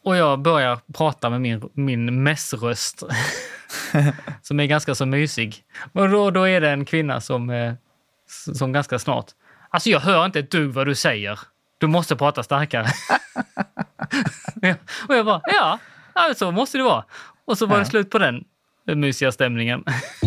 Och jag börjar prata med min mässröst som är ganska så mysig. Och då är det en kvinna som ganska snart. Alltså jag hör inte ett dugg vad du säger. Du måste prata starkare. Och jag bara, ja, så måste det vara. Och så var det slut på den mysiga stämningen.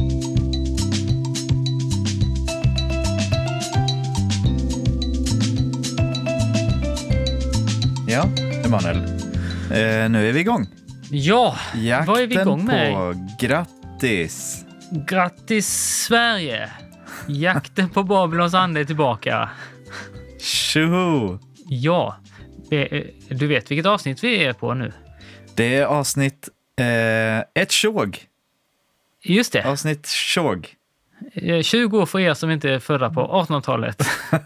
Ja, Emanuel. Nu är vi igång. Ja, Jakten vad är vi igång med? På grattis. Grattis Sverige. Jakten på Babylons ande är tillbaka. Tjoho! Ja, du vet vilket avsnitt vi är på nu. Det är avsnitt ett tjog. Just det. Avsnitt tjog. 20 år för er som inte är födda på 1800-talet.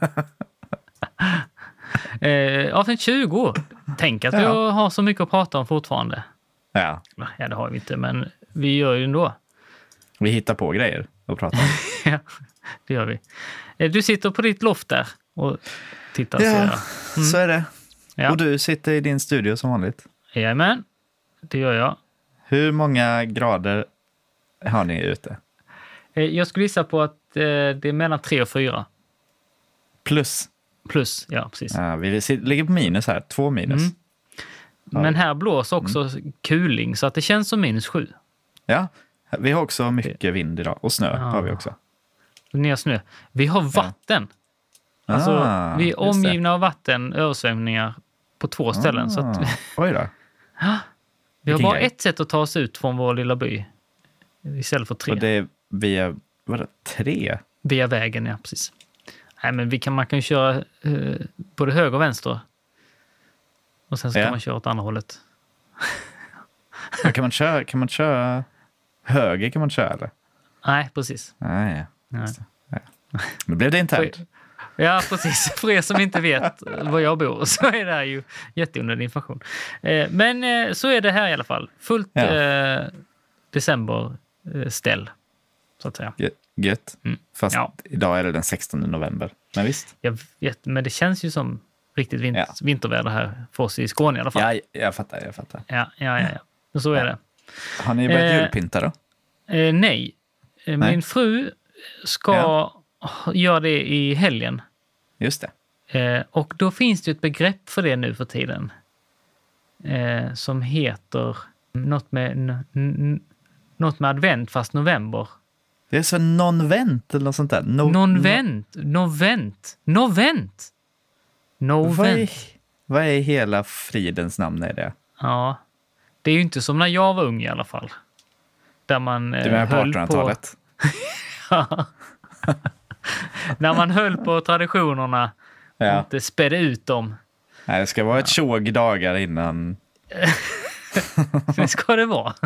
Avsnitt 20. Tänk att vi har så mycket att prata om fortfarande. Ja, det har vi inte, men vi gör ju ändå. vi hittar på grejer att prata om. Ja, det gör vi. Du sitter på ditt loft där och tittar. Ja, så är det. Ja. Och du sitter i din studio som vanligt. Jajamän, det gör jag. Hur många grader har ni ute? Jag skulle gissa på att det är mellan 3 och 4. Plus, ja precis. ja, vi ligger på minus här, 2 minus. Men här blåser också kuling så att det känns som -7. Ja, vi har också mycket vind idag. Och snö har vi också. Ner snö. Vi har vatten. Alltså, vi är omgivna av vatten, översvämningar på 2 ställen. Så att oj då. vi har bara ett sätt att ta oss ut från vår lilla by. Istället för 3. Och det är via 3? Via vägen, ja precis. Nej, men man kan ju köra både höger och vänster. Och sen så kan man köra åt andra hållet. Ja, kan man köra höger kan man köra eller? Nej, precis. Nej. Nej. Nu blev det internt. Ja, precis. För er som inte vet var jag bor så är det här ju jätteonödig information. Men så är det här i alla fall. Fullt decemberställ, så att säga. Gött. Fast idag är det den 16 november. Men visst. Jag vet, men det känns ju som riktigt vinterväder här för oss i Skåne i alla fall. Ja, jag fattar. Ja. Och så är det. Har ni börjat julpynta då? Nej. Min fru ska göra det i helgen. Just det. Och då finns det ett begrepp för det nu för tiden. Som heter något med advent fast november. Det är så novent eller något sånt där. Novent. Vad är hela fridens namn är det? Ja, det är ju inte som när jag var ung i alla fall. Där man det var på 1800-talet. Ja. När man höll på traditionerna och inte spädde ut dem. Nej, det ska vara ett 20 dagar innan. Det ska det vara.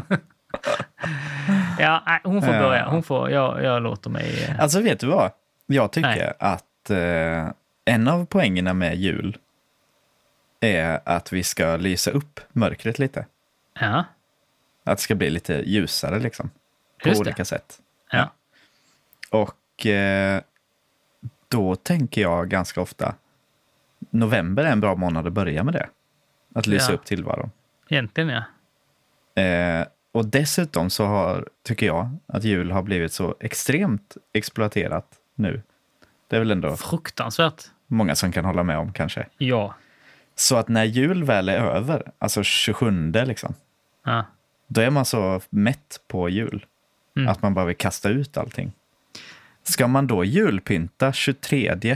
Ja, hon får börja. Jag låter mig. Alltså vet du vad? Jag tycker att en av poängerna med jul är att vi ska lysa upp mörkret lite. Ja. Att det ska bli lite ljusare liksom. På olika sätt. Ja. Och då tänker jag ganska ofta november är en bra månad att börja med det. Att lysa upp tillvaron. Egentligen, ja. Och dessutom så tycker jag att jul har blivit så extremt exploaterat nu. Det är väl ändå fruktansvärt. Många som kan hålla med om kanske. Ja. Så att när jul väl är över, alltså 27 liksom, då är man så mätt på jul att man bara vill kasta ut allting. Ska man då julpynta 23?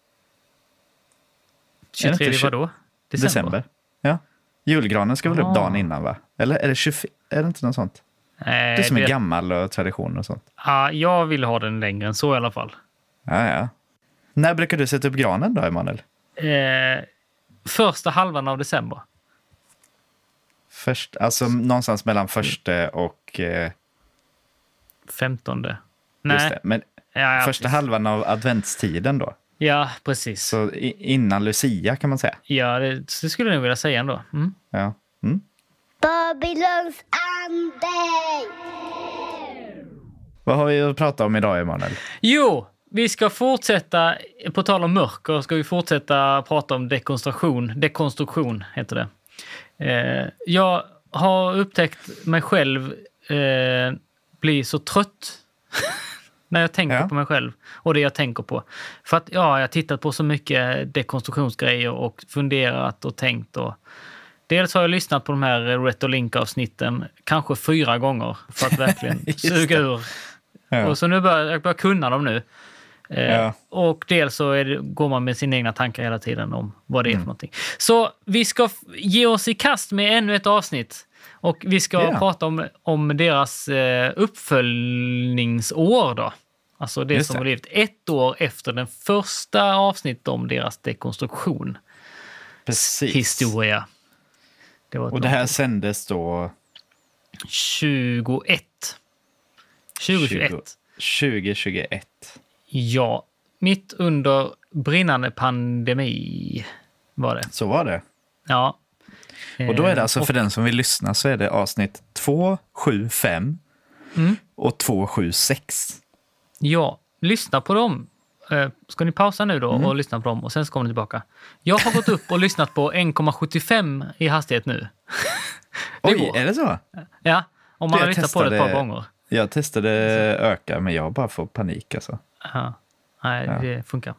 23 vadå? December. Ja. Julgranen ska väl upp dagen innan, va? Eller är det inte något sånt? Nej, det som är gammal och tradition och sånt. Ja, jag vill ha den längre än så i alla fall. Ja. När brukar du sätta upp granen då, Emanuel? Första halvan av december. Alltså någonstans mellan 1 och 15. Nej. Just det. Men första halvan av adventstiden då? Ja, precis. Så innan Lucia kan man säga? Ja, det skulle jag nog vilja säga ändå. Ja. Babylons ande! Vad har vi att prata om idag, Emanuel? Jo, vi ska fortsätta, på tal om mörker, ska vi fortsätta prata om dekonstruktion heter det. Jag har upptäckt mig själv bli så trött när jag tänker på mig själv och det jag tänker på. För att jag har tittat på så mycket dekonstruktionsgrejer och funderat och tänkt. Och dels har jag lyssnat på de här Rhett och Link-avsnitten kanske 4 gånger för att verkligen suga ur. Ja. Och så nu börjar jag kunna dem nu. Och dels så går man med sina egna tankar hela tiden om vad det är för någonting. Så vi ska ge oss i kast med ännu ett avsnitt. Och vi ska prata om deras uppföljningsår då. Alltså det som har blivit 1 år efter den första avsnittet om deras dekonstruktion. Precis. Historia. Och det här sändes då? 2021. Ja, mitt under brinnande pandemi var det. Så var det. Ja. Och då är det alltså, för den som vill lyssna, så är det avsnitt 275 och 276. Ja, lyssna på dem. Ska ni pausa nu då och lyssna på dem och sen så kommer ni tillbaka. Jag har gått upp och lyssnat på 1,75 i hastighet nu. Oj, är det så? Ja, om man har lyssnat på det ett par gånger. Jag testade öka, men jag bara får panik alltså. Nej, det funkar.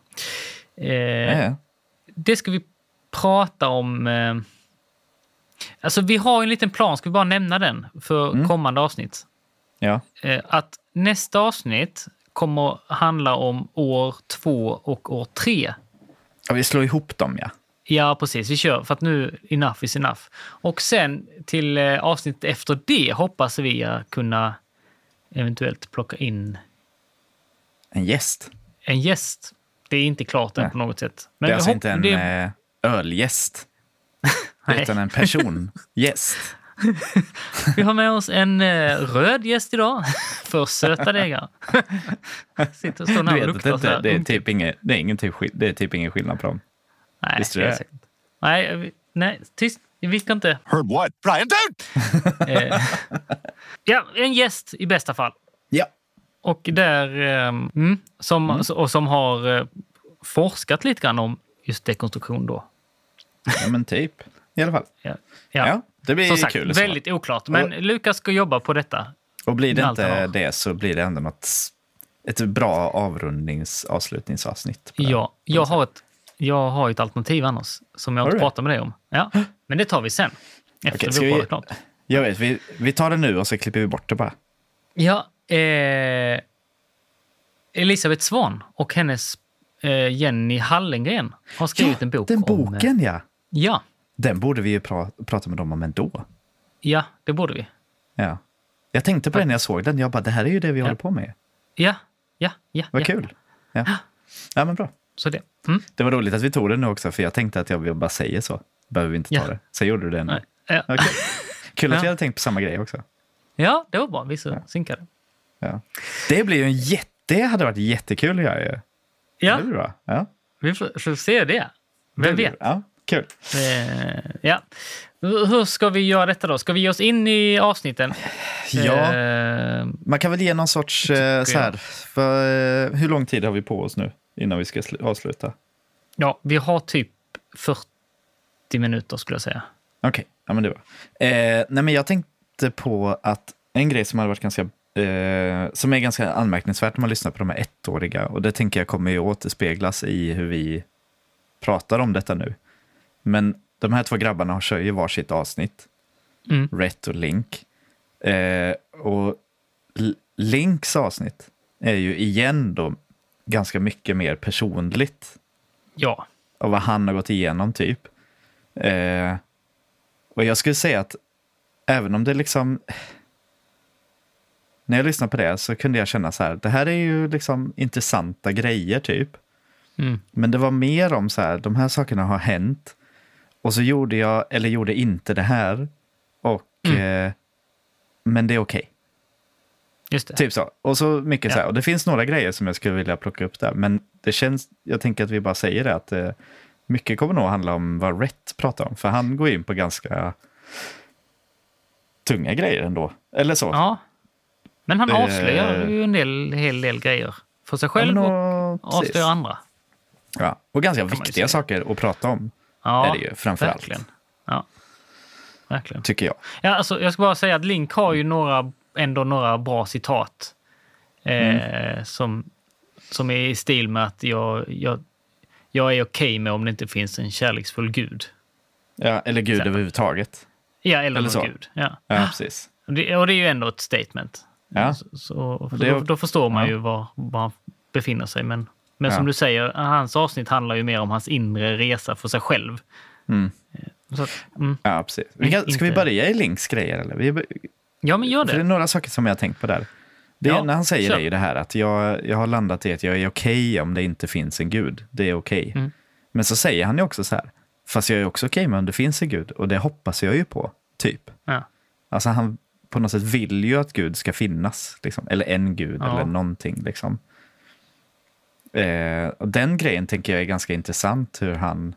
Det ska vi prata om. Alltså vi har en liten plan, ska vi bara nämna den för kommande avsnitt. Ja. Att nästa avsnitt kommer handla om år 2 och år 3. Ja, vi slår ihop dem, ja. Ja, precis. Vi kör, för att nu enough is enough. Och sen till avsnitt efter det hoppas vi kunna eventuellt plocka in en gäst. En gäst. Det är inte klart än på något sätt. Men det är alltså inte en ölgäst. Utan en persongäst. Vi har med oss en röd gäst idag för söta degar. Sitter och står och luktar så här. Det är typ ingen skillnad på dem. Nej, visst är det säkert. Nej, tyst. Vi ska inte... Heard what? Brian, don't! Ja, en gäst i bästa fall. Ja. Och där som har forskat lite grann om just dekonstruktion då. Ja, men typ. I alla fall. Ja. Det blir som sagt, kul. Väldigt oklart. Men Lukas ska jobba på detta. Och blir det inte det så blir det ändå ett bra avslutningsavsnitt. Ja, jag har ett alternativ annars som jag inte pratar med dig om. Ja, men det tar vi sen. Efter vi har klart. Jag vet, vi tar det nu och så klipper vi bort det bara. Ja, Elisabeth Svan och hennes Jenny Hallengren har skrivit en bok. Den boken, Ja. Den borde vi ju prata med dem om ändå. Ja, det borde vi. Ja. Jag tänkte på det när jag såg den. Jag bara, det här är ju det vi håller på med. Ja. Vad kul. Ja, men bra. Så det. Det var roligt att vi tog det nu också, för jag tänkte att jag bara säger så. Behöver vi inte ta det. Så gjorde du det nu. Ja. Okay. Kul att vi hade tänkt på samma grej också. Ja, det var bra. Vi så synkade. Ja. Det blir ju det hade varit jättekul att göra ju. Ja. Det blir bra. Ja. Vi får se det. Vem vet? Ja, kul. Ja. Hur ska vi göra detta då? Ska vi ge oss in i avsnitten? Ja. Man kan väl ge någon sorts så här. För, hur lång tid har vi på oss nu innan vi ska avsluta? Ja, vi har typ 40 minuter skulle jag säga. Okej, ja men det var. Nej, men jag tänkte på att en grej som hade varit ganska som är ganska anmärkningsvärt när man lyssnar på de här 1-åriga, och det tänker jag kommer ju återspeglas i hur vi pratar om detta nu. Men de här 2 grabbarna kör ju varsitt avsnitt. Rhett och Link. Och Links avsnitt är ju igen då ganska mycket mer personligt. Ja. Och vad han har gått igenom typ. Och jag skulle säga att även om det liksom... När jag lyssnar på det så kunde jag känna så här, det här är ju liksom intressanta grejer typ. Men det var mer om så här, de här sakerna har hänt. Och så gjorde jag, eller gjorde inte det här. Och, men det är okej. Just det. Typ så. Och så mycket så här. Och det finns några grejer som jag skulle vilja plocka upp där. Men det känns, jag tänker att vi bara säger det. Att mycket kommer nog handla om vad Rhett pratar om. För han går in på ganska tunga grejer ändå. Eller så. Ja. Men han avslöjar ju en hel del grejer. För sig själv och avslöjar andra. Ja. Och ganska viktiga saker att prata om. Ja, är det ju framförallt. Verkligen. Ja. verkligen. Tycker jag. Ja, alltså, jag ska bara säga att Link har ju några bra citat som är i stil med att jag är okej med om det inte finns en kärleksfull Gud. Ja, eller Gud överhuvudtaget. Ja, eller så. Gud. Ja, precis. Och det är ju ändå ett statement. Ja. Då förstår man ju var han befinner sig. Men som du säger, hans avsnitt handlar ju mer om hans inre resa för sig själv. Så att, ja, precis. Ska vi börja i Links grejer? Eller? Ja, men gör det. För det är några saker som jag har tänkt på där. När han säger det ju det här att jag har landat i att jag är okej om det inte finns en gud. Det är okej. Men så säger han ju också så här, fast jag är också okej med om det finns en gud. Och det hoppas jag ju på, typ. Ja. Alltså han på något sätt vill ju att Gud ska finnas. Liksom. Eller en gud eller någonting. Liksom. Och den grejen tänker jag är ganska intressant. Hur han...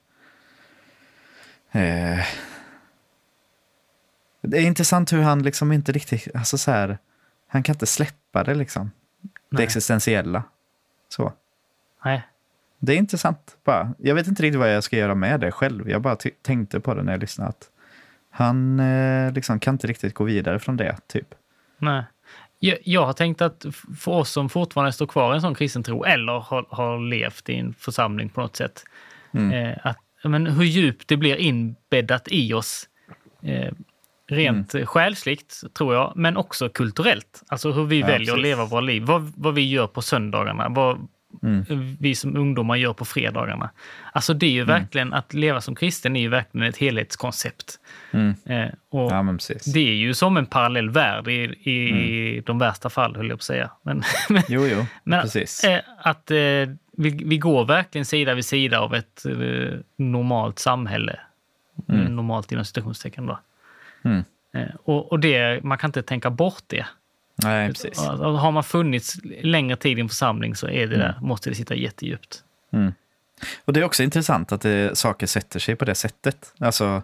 det är intressant hur han liksom inte riktigt... Alltså så här, han kan inte släppa det liksom. Det existentiella. Så. Nej. Det är intressant bara. Jag vet inte riktigt vad jag ska göra med det själv. Jag bara tänkte på det när jag lyssnade. Att han liksom kan inte riktigt gå vidare från det, typ. Nej. Jag har tänkt att för oss som fortfarande står kvar i en sån kristen tro eller har levt i en församling på något sätt. Men hur djupt det blir inbäddat i oss rent själsligt, tror jag, men också kulturellt. Alltså hur vi väljer att leva våra liv. Vad vi gör på söndagarna. Vad vi som ungdomar gör på fredagarna. Alltså det är ju verkligen, att leva som kristen är ju verkligen ett helhetskoncept. Och det är ju som en parallell värld i de värsta fall, höll jag på att säga. Men precis. Att vi går verkligen sida vid sida av ett normalt samhälle. Normalt inom situationstecken då. Och det, man kan inte tänka bort det. Nej, precis. Har man funnits längre tid i en församling så är det där, måste det sitta jättedjupt. Och det är också intressant att saker sätter sig på det sättet. Alltså,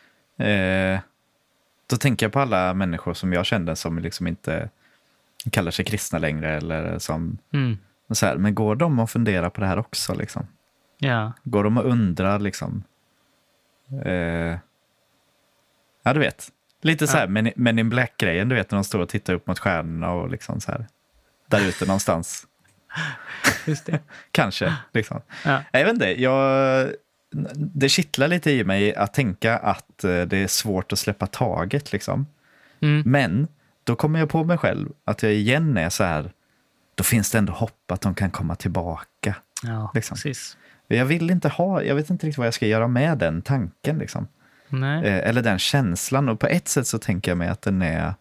då tänker jag på alla människor som jag kände som liksom inte kallar sig kristna längre. Eller som, så här, men går de och funderar på det här också? Liksom? Ja. Går de och undrar liksom... ja, du vet. Lite så här, men in Black-grejen, du vet, när de står och tittar upp mot stjärnorna och liksom så här, där ute någonstans. Just det. Kanske, liksom. Ja. Jag vet inte, det kittlar lite i mig att tänka att det är svårt att släppa taget, liksom. Men då kommer jag på mig själv att jag igen är så här, då finns det ändå hopp att de kan komma tillbaka. Ja, liksom. precis. Jag vet inte riktigt vad jag ska göra med den tanken, liksom. Nej. Eller den känslan. Och på ett sätt så tänker jag mig att den är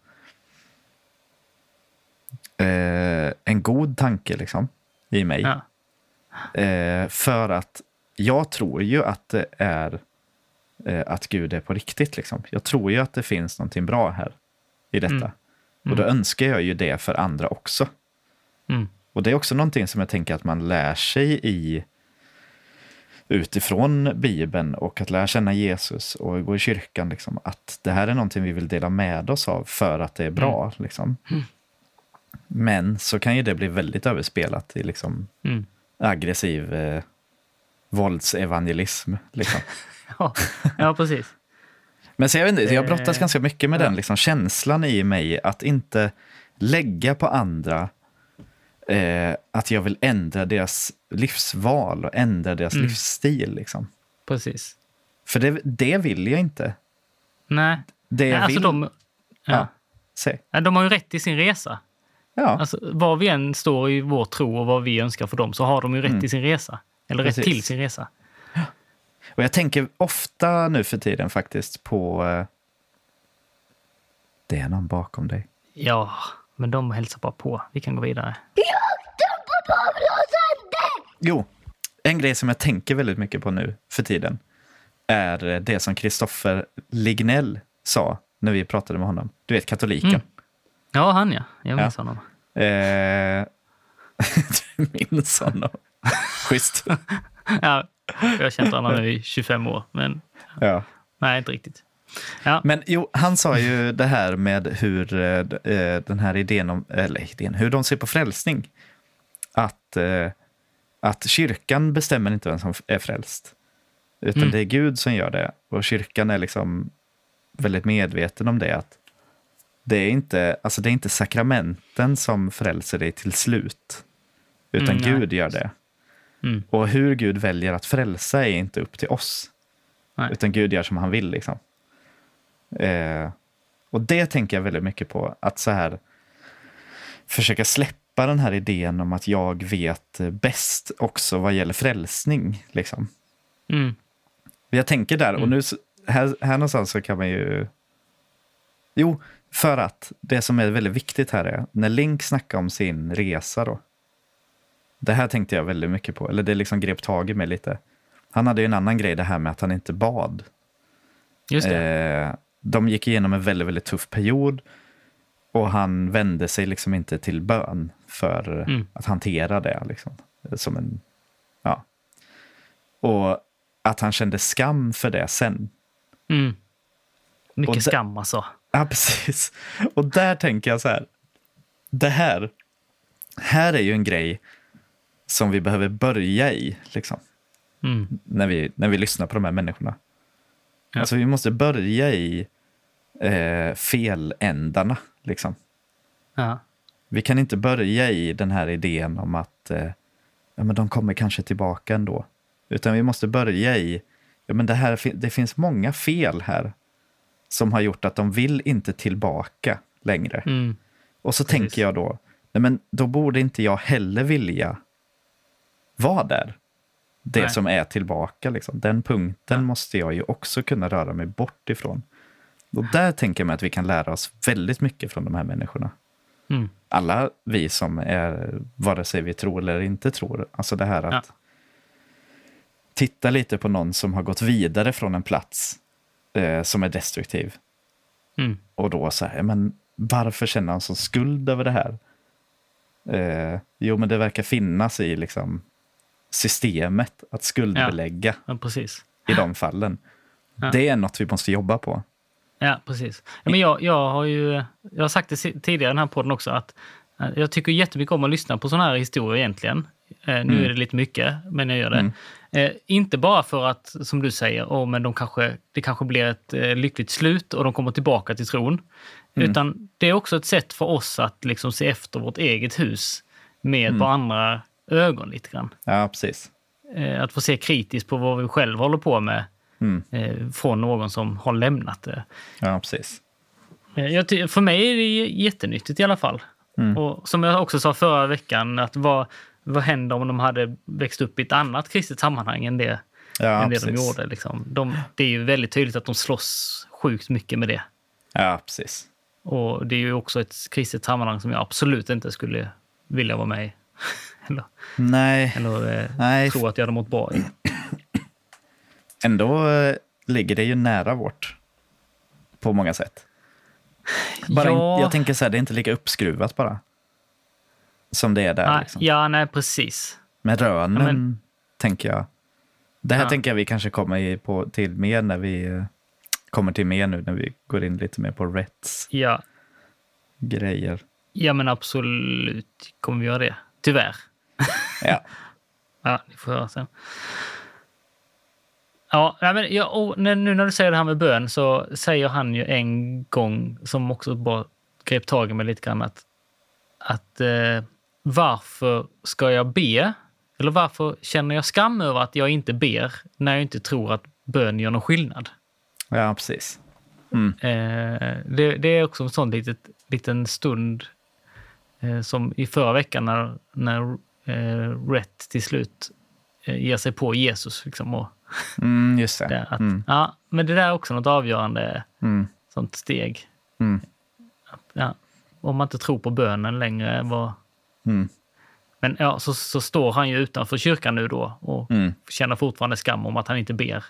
en god tanke liksom, i mig. Ja. För att jag tror ju att det är att Gud är på riktigt. Liksom. Jag tror ju att det finns någonting bra här i detta. Och då önskar jag ju det för andra också. Och det är också någonting som jag tänker att man lär sig utifrån Bibeln och att lära känna Jesus och gå i kyrkan, liksom, att det här är någonting vi vill dela med oss av för att det är bra. Liksom. Men så kan ju det bli väldigt överspelat i liksom, aggressiv våldsevangelism. Liksom. Ja, precis. Men så jag vet inte, jag brottas ganska mycket med den liksom, känslan i mig att inte lägga på andra att jag vill ändra deras livsval och ändra deras livsstil. Liksom. Precis. För det vill jag inte. Nej. De har ju rätt i sin resa. Ja. Alltså, var vi än står i vår tro och vad vi önskar för dem, så har de ju rätt i sin resa. Eller rätt till sin resa. Och jag tänker ofta nu för tiden faktiskt på det är någon bakom dig. Ja, men de hälsar bara på. Vi kan gå vidare. Jo, en grej som jag tänker väldigt mycket på nu för tiden är det som Kristoffer Lignell sa när vi pratade med honom. Du vet, katoliken. Ja, han ja. Jag minns honom. Du minns honom. Schysst. Ja, jag har känt honom nu i 25 år. Men nej, inte riktigt. Ja. Men jo, han sa ju det här med hur den här idén hur de ser på frälsning. Att kyrkan bestämmer inte vem som är frälst. Utan det är Gud som gör det. Och kyrkan är liksom väldigt medveten om det, att det är inte sakramenten som frälser dig till slut, utan Gud gör det. Och hur Gud väljer att frälsa är inte upp till oss. Nej. Utan Gud gör som han vill liksom. Och det tänker jag väldigt mycket på, att så här försöka släppa den här idén om att jag vet bäst också vad gäller frälsning liksom. Jag tänker där, och nu här någonstans så kan man ju för att det som är väldigt viktigt här är när Link snackar om sin resa då. Det här tänkte jag väldigt mycket på, eller det liksom grep tag i mig lite. Han hade ju en annan grej, det här med att han inte bad. Just det. De gick igenom en väldigt, väldigt tuff period, och han vände sig liksom inte till bön för att hantera det liksom. Som en, ja. Och att han kände skam för det sen. Mycket skam alltså. Ja, precis. Och där tänker jag så här. Det här är ju en grej som vi behöver börja i liksom. När vi lyssnar på de här människorna. Ja. Alltså vi måste börja i feländarna liksom. Ja. Vi kan inte börja i den här idén om att men de kommer kanske tillbaka ändå. Utan vi måste börja i men det finns många fel här som har gjort att de vill inte tillbaka längre. Och så tänker jag då, nej men då borde inte jag heller vilja vara där. Det som är tillbaka liksom. Den punkten måste jag ju också kunna röra mig bort ifrån. Och där tänker jag mig att vi kan lära oss väldigt mycket från de här människorna. Alla vi som är, vare sig vi tror eller inte tror, alltså det här att titta lite på någon som har gått vidare från en plats som är destruktiv. Och då så här, men varför känner han sån skuld över det här? Jo, men det verkar finnas i liksom systemet att skuldbelägga i de fallen. Det är något vi måste jobba på. Ja, precis. Ja, men jag har sagt det tidigare i den här podden också, att jag tycker jättemycket om att lyssna på sådana här historier egentligen. Nu är det lite mycket, men jag gör det. Inte bara för att, som du säger, men det kanske blir ett lyckligt slut och de kommer tillbaka till tron. Utan det är också ett sätt för oss att liksom se efter vårt eget hus med på andra ögon lite grann. Ja, precis. Att få se kritiskt på vad vi själv håller på med från någon som har lämnat det. Ja, precis. För mig är det jättenyttigt i alla fall. Och som jag också sa förra veckan, att vad händer om de hade växt upp i ett annat kristet sammanhang än det de gjorde. Liksom. Det är ju väldigt tydligt att de slåss sjukt mycket med det. Ja, precis. Och det är ju också ett kristet sammanhang som jag absolut inte skulle vilja vara med i. eller tro att jag hade mått bra i. Ändå ligger det ju nära vårt på många sätt. Jag tänker så här, det är inte lika uppskruvat bara som det är där. Liksom. Ja, nej, precis. Med rönen tänker jag. Det här tänker jag vi kanske kommer till mer när vi kommer till mer nu när vi går in lite mer på rätts grejer. Ja, men absolut kommer vi göra det. Tyvärr. Ja. Ja, ni får höra sen. Ja, men nu när du säger det här med bön så säger han ju en gång som också bara grep tag i mig lite grann att varför ska jag be? Eller varför känner jag skam över att jag inte ber när jag inte tror att bön gör någon skillnad? Ja, precis. Det är också en sån liten stund som i förra veckan när Rätt till slut ger sig på Jesus liksom, och just det. Ja, men det där är också något avgörande sånt steg. Om man inte tror på bönen längre men så står han ju utanför kyrkan nu då och känner fortfarande skam om att han inte ber.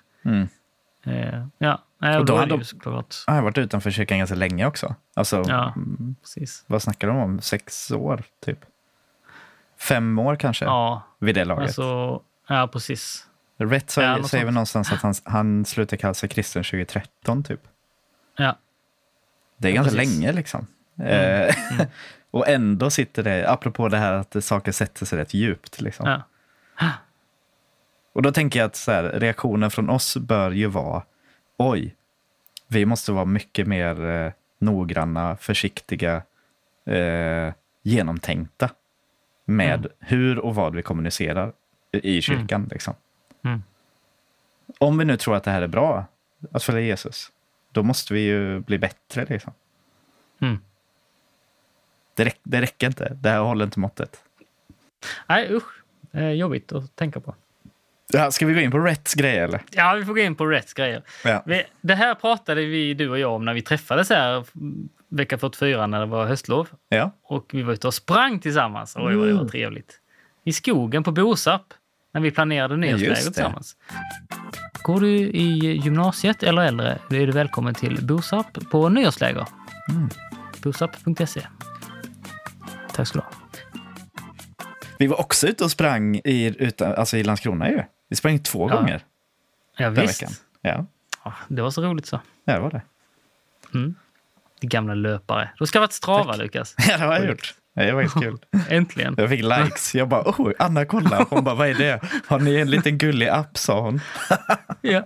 Och då hade han har varit utanför kyrkan ganska länge också. Alltså, precis. Vad snackar de om? 6 år typ? 5 år kanske? Ja. Vid det laget. Alltså, ja, precis. Rätt säger väl någonstans att han slutade kalla sig kristen 2013 typ. Ja. Det är ganska länge liksom. Och ändå sitter det, apropå det här att saker sätter sig rätt djupt liksom. Ja. Och då tänker jag att så här, reaktionen från oss bör ju vara, oj, Vi måste vara mycket mer noggranna, försiktiga, genomtänkta med hur och vad vi kommunicerar i kyrkan. Liksom. Om vi nu tror att det här är bra, att följa Jesus, då måste vi ju bli bättre. Liksom. Det räcker inte. Det här håller inte måttet. Nej, usch. Jobbigt att tänka på. Ja, ska vi gå in på Rhetts grejer eller? Ja, vi får gå in på Rhetts grejer. Ja. Det här pratade du och jag om när vi träffades här vecka 44 när det var höstlov. Ja. Och vi var ute och sprang tillsammans. Oj, vad det var trevligt. I skogen på Bosarp när vi planerade nyårsläger tillsammans. Går du i gymnasiet eller äldre är du välkommen till Bosarp på nyårsläger. Bosarp.se. Tack ska du ha. Vi var också ute och sprang i Landskrona ju. Vi sprang 2 gånger. Ja, visst. Veckan. Ja. Det var så roligt så. Ja, det var det. Det gamla löpare. Du ska ha varit Strava, Lukas. Ja, det har jag gjort. Ja, det var helt kul. Äntligen. Jag fick likes. Jag bara, Anna, kolla. Hon bara, vad är det? Har ni en liten gullig app, sa hon. Ja.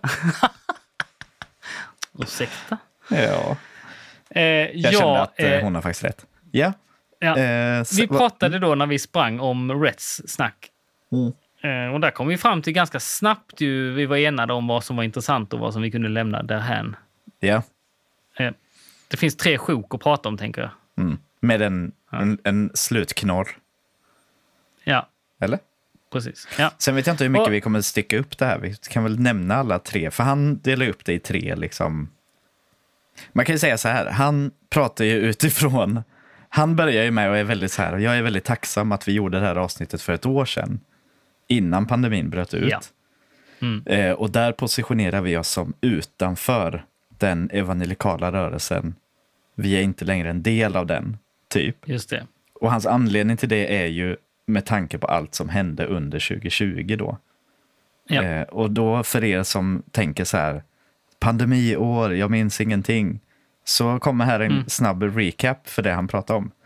Ursäkta. Ja. Jag kände att hon har faktiskt rätt. Ja. Vi pratade då när vi sprang om Rhetts snack. Och där kom vi fram till ganska snabbt. Vi var enade om vad som var intressant och vad som vi kunde lämna därhän. Ja. Det finns 3 sjok att prata om, tänker jag. Med en slutknorr. Ja. Eller? Precis. Ja. Sen vet jag inte hur mycket vi kommer att sticka upp det här. Vi kan väl nämna alla 3. För han delar upp det i 3 liksom. Man kan ju säga så här. Han pratar ju utifrån. Han börjar ju med och är väldigt så här. Jag är väldigt tacksam att vi gjorde det här avsnittet för ett år sedan. Innan pandemin bröt ut. Ja. Och där positionerar vi oss som utanför den evangelikala rörelsen. Vi är inte längre en del av den, typ. Just det. Och hans anledning till det är ju med tanke på allt som hände under 2020 då. Ja. Och då för er som tänker så här, pandemiår, jag minns ingenting. Så kommer här en snabb recap för det han pratar om.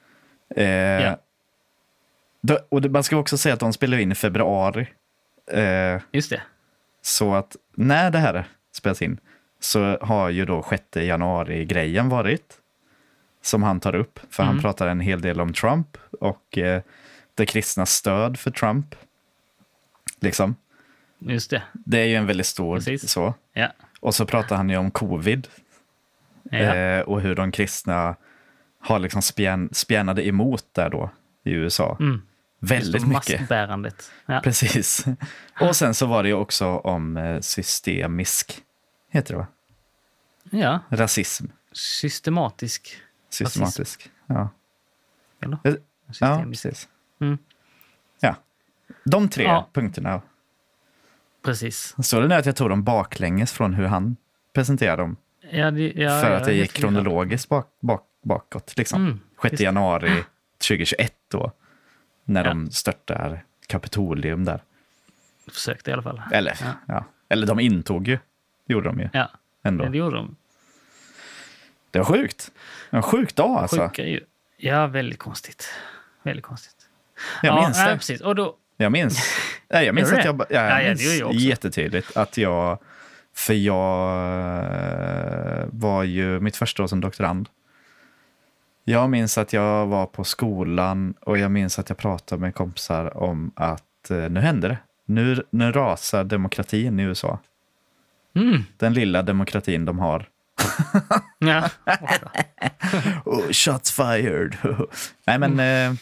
Och man ska också säga att de spelar in i februari. Just det. Så att när det här spelas in så har ju då 6 januari-grejen varit. Som han tar upp. För han pratar en hel del om Trump och det kristna stöd för Trump. Liksom. Just det. Det är ju en väldigt stor så. Ja. Och så pratar han ju om covid. Ja. Och hur de kristna har liksom spjärnade emot där då i USA. Väldigt mycket. Maskbärandet. Ja. Precis. Och sen så var det ju också om systemisk, heter det va? Ja. Rasism. Systematisk. Ja. Eller? Ja, precis. Ja. De 3 punkterna. Precis. Så det är att jag tog dem baklänges från hur han presenterade dem. För att det gick kronologiskt bakåt. Liksom. 6 januari 2021 då. När de störtar Kapitolium där. Försökte i alla fall. Eller de intog ju. Det gjorde de ju. Ja, ändå. Det gjorde de. Det var sjukt. En sjuk dag alltså. Ja, väldigt konstigt. Väldigt konstigt. Jag minns det. Precis. Och då... Jag minns att jag minns jättetydligt att jag var ju mitt första år som doktorand. Jag minns att jag var på skolan och jag minns att jag pratade med kompisar om att nu händer det. Nu rasar demokratin i USA. Den lilla demokratin de har. Ja. Shots fired. Nej men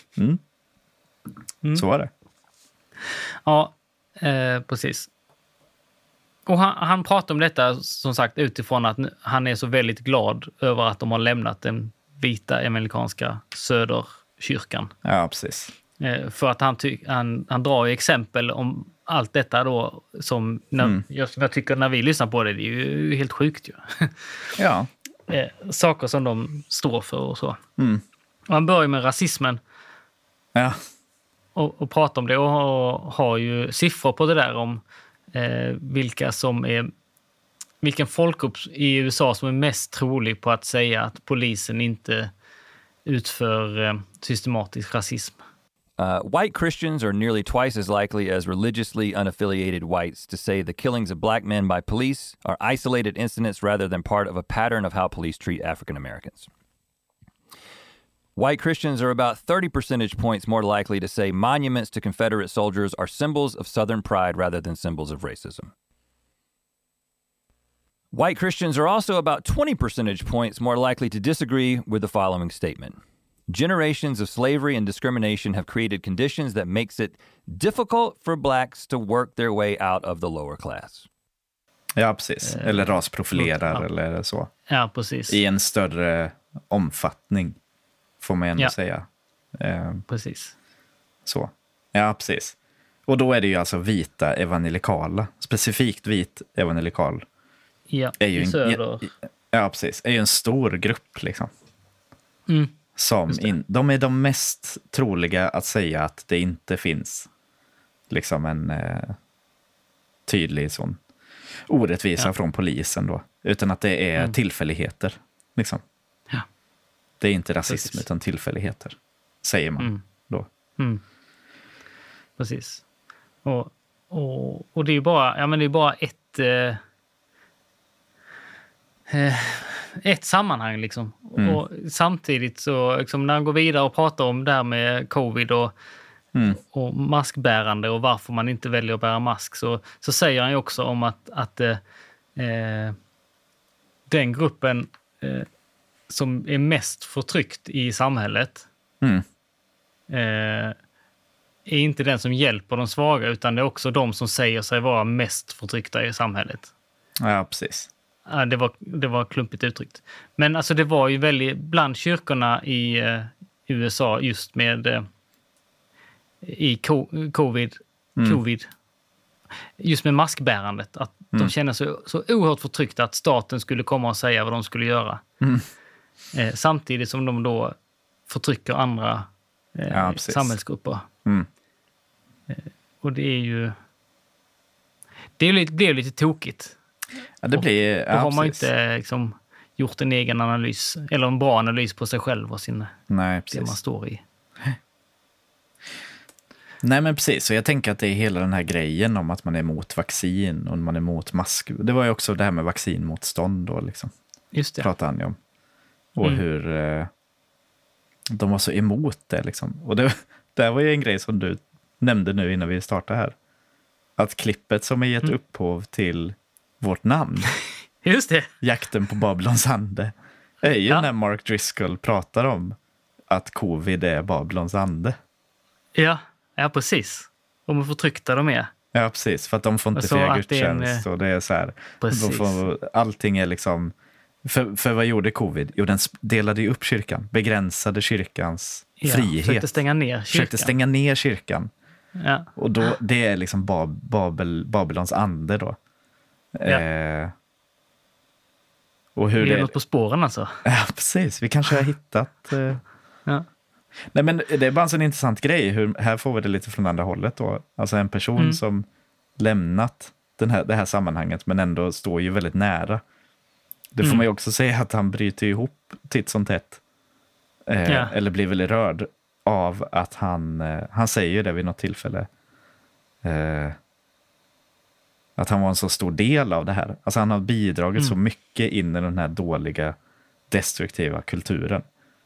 så var det. Ja, precis. Och han pratar om detta som sagt utifrån att han är så väldigt glad över att de har lämnat den vita amerikanska söderkyrkan. Ja, precis. För att han drar ju exempel om allt detta då som jag tycker när vi lyssnar på det är ju helt sjukt ju. Ja. Saker som de står för och så. Och han börjar med rasismen. Ja. Och pratar om det och har ju siffror på det där om vilken folkgrupp i USA som är mest trolig på att säga att polisen inte utför systematisk rasism. White Christians are nearly twice as likely as religiously unaffiliated whites to say the killings of black men by police are isolated incidents rather than part of a pattern of how police treat African Americans. White Christians are about 30 percentage points more likely to say monuments to Confederate soldiers are symbols of Southern pride rather than symbols of racism. White Christians are also about 20 percentage points more likely to disagree with the following statement. Generations of slavery and discrimination have created conditions that makes it difficult for blacks to work their way out of the lower class. Ja, precis. Eller rasprofilerar eller så. Ja, precis. I en större omfattning, får man ändå säga. Precis. Så. Ja, precis. Och då är det ju alltså vita evangelikala. Specifikt vit evangelikal. Ja, är ju i söder. Ja, precis. Är ju en stor grupp liksom. Mm. De är de mest troliga att säga att det inte finns liksom en tydlig sån orättvisa från polisen då. Utan att det är tillfälligheter liksom. Ja. Det är inte rasism utan tillfälligheter, säger man då. Mm. Precis. Och det är ju bara, det är bara ett sammanhang liksom. Och samtidigt så liksom, när han går vidare och pratar om det här med covid och maskbärande och varför man inte väljer att bära mask, så säger han ju också om att den gruppen som är mest förtryckt i samhället är inte den som hjälper de svaga, utan det är också de som säger sig vara mest förtryckta i samhället. Ja, precis. Ja, det var klumpigt uttryckt. Men alltså det var ju väldigt bland kyrkorna i USA just med i covid just med maskbärandet, att de känner sig så oerhört förtryckta att staten skulle komma och säga vad de skulle göra. Samtidigt som de då förtrycker andra samhällsgrupper. Och det är ju blev lite tokigt. Ja, det blir, då har man inte liksom gjort en egen analys eller en bra analys på sig själv och det man står i. Nej, men precis. Så jag tänker att det är hela den här grejen om att man är emot vaccin och man är emot mask. Det var ju också det här med vaccinmotstånd då liksom. Just det. Pratade han ju om. Och hur de var så emot det liksom. Och det här var ju en grej som du nämnde nu innan vi startade här. Att klippet som har gett upphov till vårt namn. Just det. Jakten på Babylons ande. Är ju när Mark Driscoll pratar om att covid är Babylons ande. Ja, precis. De är förtryckta de är. Ja, precis. För att de får inte fira gudstjänst. Och det är så här. Allting är liksom... För vad gjorde covid? Jo, den delade ju upp kyrkan. Begränsade kyrkans frihet. Försökte stänga ner kyrkan. Ja. Och då, det är liksom Babylons ande då. Ja. Och hur det är något på spåren alltså. Ja, precis. Vi kanske har hittat... Ja. Nej, men det är bara en sån intressant grej. Här får vi det lite från andra hållet då. Alltså en person som lämnat det här sammanhanget men ändå står ju väldigt nära. Det får man ju också säga att han bryter ihop titt som tätt. Eller blir väldigt rörd av att han säger ju det vid något tillfälle. Att han var en så stor del av det här. Alltså han har bidragit så mycket in i den här dåliga, destruktiva kulturen.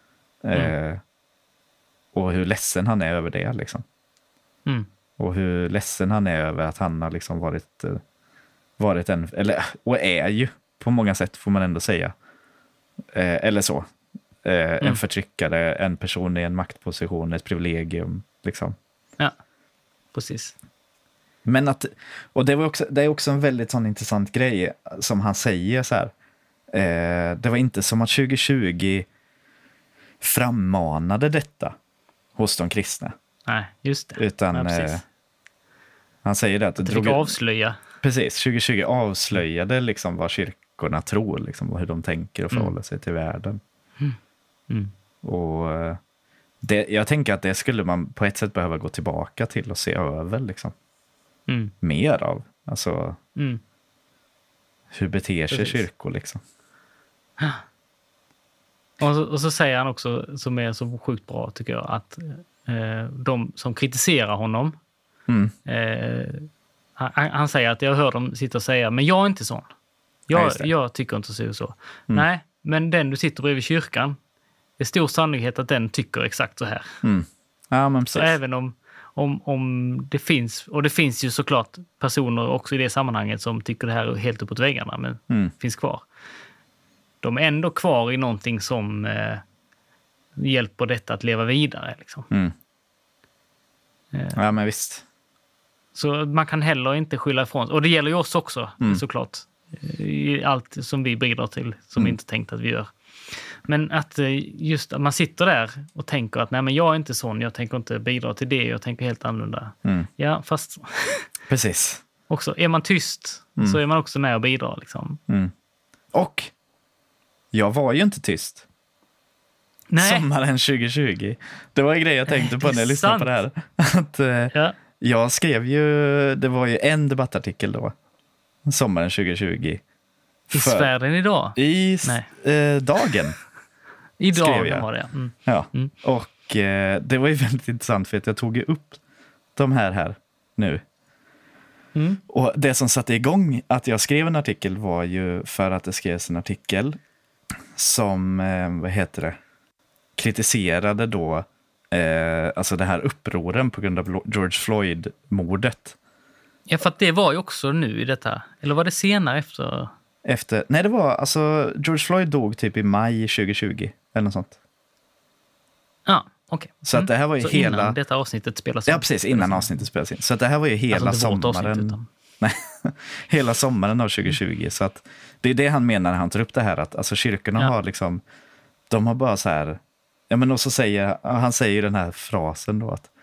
Och hur ledsen han är över det liksom. Och hur ledsen han är över att han har liksom varit en, och är ju på många sätt får man ändå säga. Eller så. En förtryckare, en person i en maktposition, ett privilegium liksom. Ja, precis. Men och det är också en väldigt sån intressant grej som han säger så här. Det var inte som att 2020 frammanade detta hos de kristna. Nej, just det. Utan han säger det att det fick avslöja. Precis, 2020 avslöjade liksom vad kyrkorna tror liksom, och hur de tänker och förhåller sig till världen. Och jag tänker att det skulle man på ett sätt behöva gå tillbaka till och se över liksom. Mer av. Alltså hur beter sig kyrkor liksom. Och så säger han också, som är så sjukt bra tycker jag, att de som kritiserar honom. Han säger att jag hör dem sitta och säga, men jag är inte sån. Jag tycker inte så. Nej, men den du sitter bredvid kyrkan, det är stor sannolikhet att den tycker exakt så här. Ja, men så även om det finns, och det finns ju såklart personer också i det sammanhanget som tycker det här är helt uppåt väggarna, men finns kvar. De är ändå kvar i någonting som hjälper detta att leva vidare. Liksom. Ja, men visst. Så man kan heller inte skylla ifrån. Och det gäller ju oss också, såklart. I allt som vi bidrar till, som vi inte tänkt att vi gör. Men att just att man sitter där och tänker att nej, men jag är inte sån, jag tänker inte bidra till det, jag tänker helt annorlunda. Ja, fast precis. Också, är man tyst så är man också med och bidrar. Liksom. Och jag var ju inte tyst. Nej. Sommaren 2020. Det var en grej jag tänkte på när jag lyssnade på det här. Att, jag skrev ju, det var ju en debattartikel då. Sommaren 2020. I Sverige idag? I Dagen. I Dagen var det. Ja. Och det var ju väldigt intressant för att jag tog ju upp de här nu. Och det som satte igång att jag skrev en artikel var ju för att det skrevs en artikel som, kritiserade då alltså det här upproren på grund av George Floyd-mordet. Ja, för att det var ju också nu i detta. Eller var det senare efter? Nej, det var alltså George Floyd dog typ i maj 2020 eller något sånt. Ja, okej. Så att det här var ju så hela... innan detta avsnittet spelas in. Ja, precis. Innan avsnittet spelas in. Så att det här var ju hela alltså, sommaren. Nej, hela sommaren av 2020. Så att det är det han menar när han tar upp det här. Att alltså kyrkorna har liksom... De har bara så här... Ja, men också han säger ju den här frasen då att...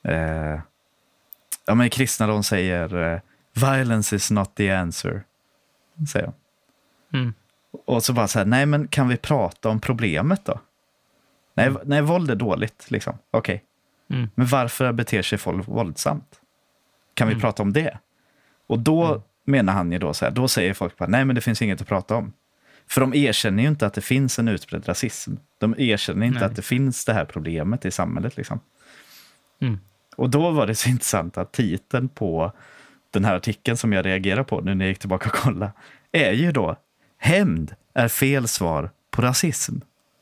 ja, men kristna de säger violence is not the answer. Säger de. Och så bara så här, nej men kan vi prata om problemet då? Nej, våld är dåligt liksom. Okej. Men varför beter sig folk våldsamt? Kan vi prata om det? Och då menar han ju då så här, då säger folk bara, nej men det finns inget att prata om. För de erkänner ju inte att det finns en utbredd rasism. De erkänner inte att det finns det här problemet i samhället liksom. Och då var det så intressant att titeln på den här artikeln som jag reagerar på nu när jag gick tillbaka och kolla är ju då hämnd är fel svar på rasism.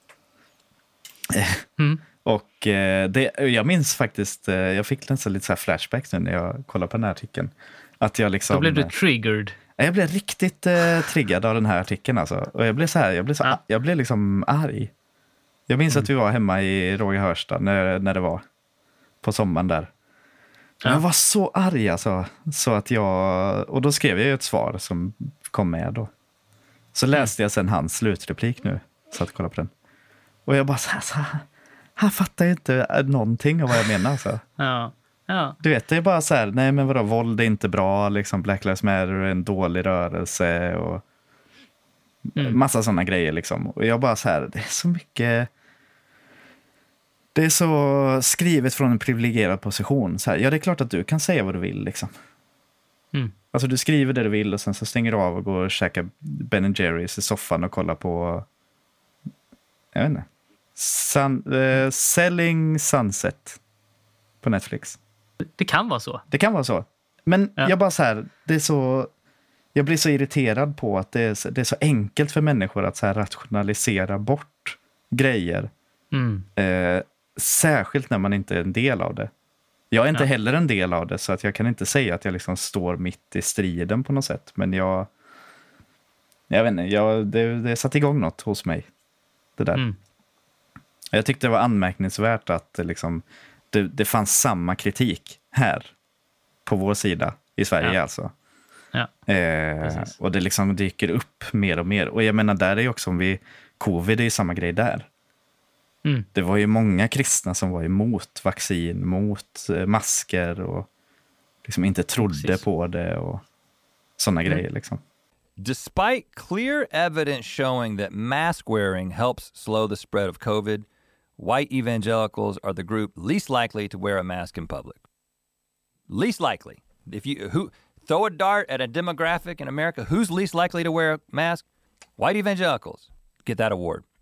Och jag minns faktiskt, jag fick nästan lite så här flashbacks nu när jag kollade på den här artikeln. Att jag liksom... Då blev du triggered. Jag blev riktigt triggad av den här artikeln alltså. Och jag blev liksom arg. Jag minns att vi var hemma i Rågehörsta när det var på sommaren där. Jag var så arg alltså. Så att och då skrev jag ju ett svar som kom med då. Så läste jag sen hans slutreplik nu. Så att kolla på den. Och jag bara han fattar ju inte någonting av vad jag menar alltså. Ja. Du vet, det är bara så här, nej men vadå, våld är inte bra, liksom Black Lives Matter är en dålig rörelse och massa sådana grejer liksom. Och jag bara så här, det är så mycket, det är så skrivet från en privilegierad position. Så här, ja, det är klart att du kan säga vad du vill liksom. Alltså du skriver det du vill och sen så stänger du av och går och käkar Ben & Jerry's i soffan och kollar på, jag vet inte, Selling Sunset på Netflix. Det kan vara så. Det kan vara så. Men jag bara så här, jag blir så irriterad på att det är så enkelt för människor att så här rationalisera bort grejer. Särskilt när man inte är en del av det. Jag är inte heller en del av det, så att jag kan inte säga att jag liksom står mitt i striden på något sätt. Men jag vet inte, det satt igång något hos mig. Det där. Jag tyckte det var anmärkningsvärt att liksom, det fanns samma kritik här på vår sida i Sverige alltså. Och det liksom dyker upp mer och mer. Och jag menar, där är ju också covid är ju samma grej där. Det var ju många kristna som var emot vaccin, mot masker och liksom inte trodde på det och sådana grejer liksom. Despite clear evidence showing that mask wearing helps slow the spread of COVID, white evangelicals are the group least likely to wear a mask in public. Least likely. If you throw a dart at a demographic in America, who's least likely to wear a mask? White evangelicals get that award.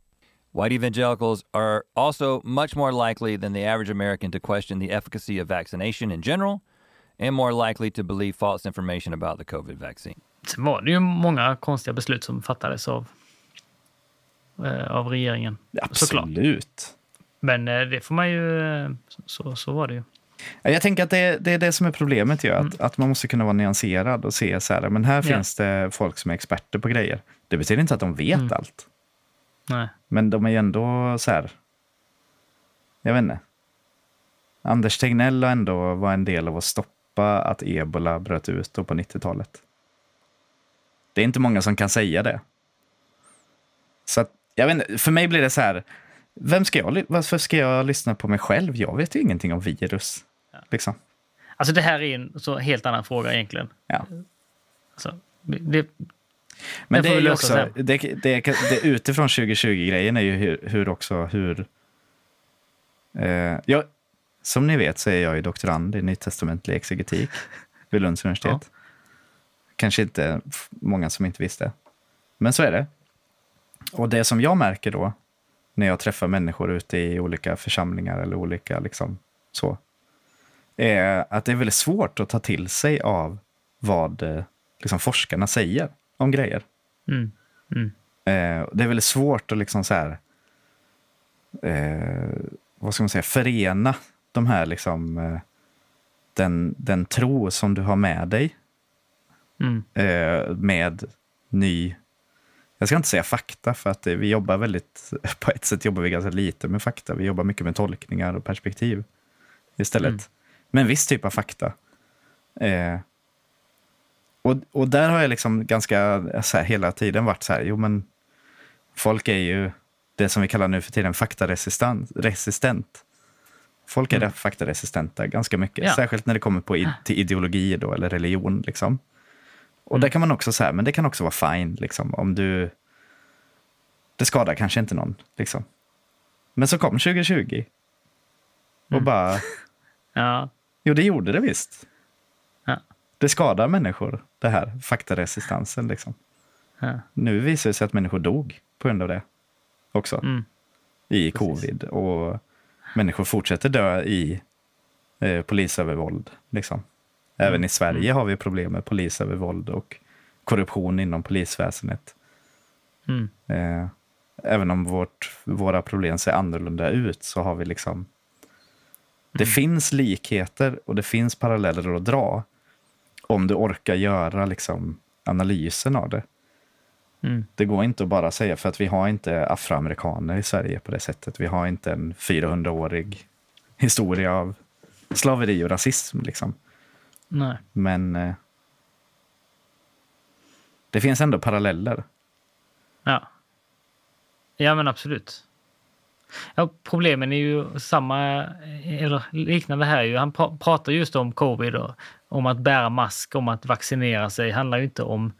White evangelicals are also much more likely than the average American to question the efficacy of vaccination in general and more likely to believe false information about the COVID vaccine. Sen var det ju många konstiga beslut som fattades av regeringen. Absolut. Såklart. Men det får man ju... Så var det ju. Jag tänker att det är det som är problemet ju. Att man måste kunna vara nyanserad och se så här, men här finns det folk som är experter på grejer. Det betyder inte att de vet allt. Nej. Men de är ju ändå så här... Jag vet inte. Anders Tegnell ändå var en del av att stoppa att ebola bröt ut då på 90-talet. Det är inte många som kan säga det. Så att, jag vet inte, för mig blir det så här... Varför ska jag lyssna på mig själv? Jag vet ju ingenting om virus. Liksom. Alltså det här är en så helt annan fråga egentligen. Ja. Alltså, men det är ju också... Det utifrån 2020-grejen är ju hur som ni vet så är jag ju doktorand i nytestamentlig exegetik vid Lunds universitet. Ja. Kanske inte många som inte visste. Men så är det. Och det som jag märker då när jag träffar människor ute i olika församlingar eller olika liksom så, är att det är väldigt svårt att ta till sig av vad liksom forskarna säger om grejer. Det är väldigt svårt att liksom så här vad ska man säga, förena de här liksom den tro som du har med dig med ny. Jag ska inte säga fakta för att vi jobbar på ett sätt jobbar vi ganska lite med fakta. Vi jobbar mycket med tolkningar och perspektiv istället. Men en viss typ av fakta. Och där har jag liksom ganska så här, hela tiden varit så här, jo men folk är ju det som vi kallar nu för tiden faktaresistent. Folk är faktaresistenta ganska mycket. Ja. Särskilt när det kommer till ideologi då, eller religion liksom. Och där kan man också säga, men det kan också vara fine liksom, om det skadar kanske inte någon liksom. Men så kom 2020 och bara jo, det gjorde det visst. Ja. Det skadar människor, det här faktaresistansen liksom. Ja. Nu visar det sig att människor dog på grund av det också i covid. Och människor fortsätter dö i polisövervåld liksom. Även i Sverige har vi problem med polisövervåld och korruption inom polisväsendet. Även om våra problem ser annorlunda ut så har vi liksom... Det finns likheter och det finns paralleller att dra om du orkar göra liksom analysen av det. Det går inte att bara säga, för att vi har inte afroamerikaner i Sverige på det sättet. Vi har inte en 400-årig historia av slaveri och rasism liksom. Nej. Men det finns ändå paralleller. Ja men absolut. Ja, problemen är ju samma eller liknande här ju. Han pratar just om covid och om att bära mask, om att vaccinera sig. Det handlar ju inte om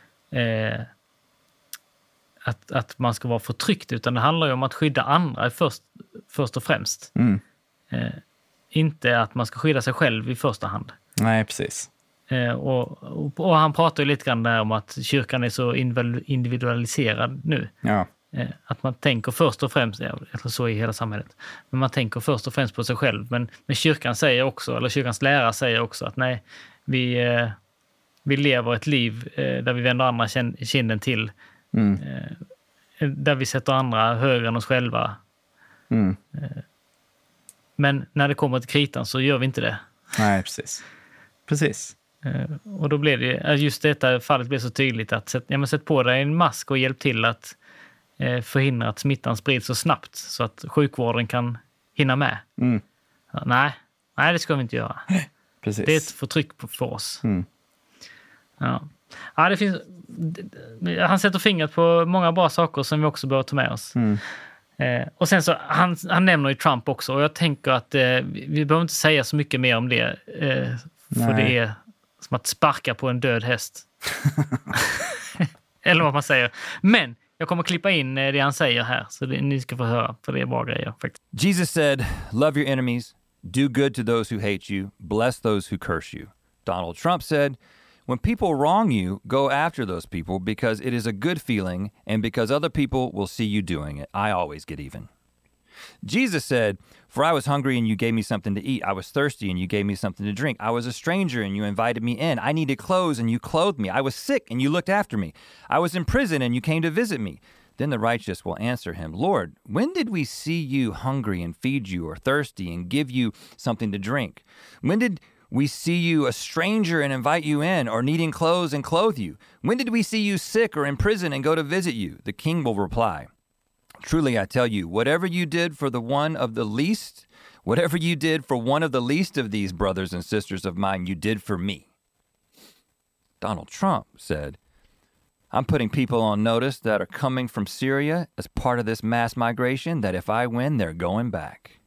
att man ska vara förtryckt, utan det handlar ju om att skydda andra först och främst. Inte att man ska skydda sig själv i första hand. Nej, precis. Och han pratar ju lite grann där om att kyrkan är så individualiserad nu. Ja. Att man tänker först och främst, eller så i hela samhället, men man tänker först och främst på sig själv. Men kyrkan säger också, eller kyrkans lärare säger också att nej, vi lever ett liv där vi vänder andra kinden till. Där vi sätter andra högre än oss själva. Men när det kommer till kritan så gör vi inte det. Nej, precis. Och då blev det, just detta fallet blev så tydligt att sätt på dig en mask och hjälp till att förhindra att smittan sprids så snabbt så att sjukvården kan hinna med. Nej, det ska vi inte göra. Precis. Det är ett förtryck för oss. Ja, det finns, han sätter fingret på många bra saker som vi också bör ta med oss. Och sen så, han nämner ju Trump också, och jag tänker att vi behöver inte säga så mycket mer om det. För det är som att sparka på en död häst. Eller vad man säger. Men jag kommer klippa in det han säger här, så ni ska få höra, för det är bra grejer faktiskt. Jesus said, love your enemies, do good to those who hate you, bless those who curse you. Donald Trump said, When people wrong you, go after those people because it is a good feeling and because other people will see you doing it. I always get even. Jesus said, for I was hungry and you gave me something to eat. I was thirsty and you gave me something to drink. I was a stranger and you invited me in. I needed clothes and you clothed me. I was sick and you looked after me. I was in prison and you came to visit me. Then the righteous will answer him, Lord, when did we see you hungry and feed you, or thirsty and give you something to drink? When did we see you a stranger and invite you in, or needing clothes and clothe you? When did we see you sick or in prison and go to visit you? The king will reply, truly I tell you, whatever you did for one of the least of these brothers and sisters of mine, you did for me. Donald Trump said, I'm putting people on notice that are coming from Syria as part of this mass migration that if I win, they're going back.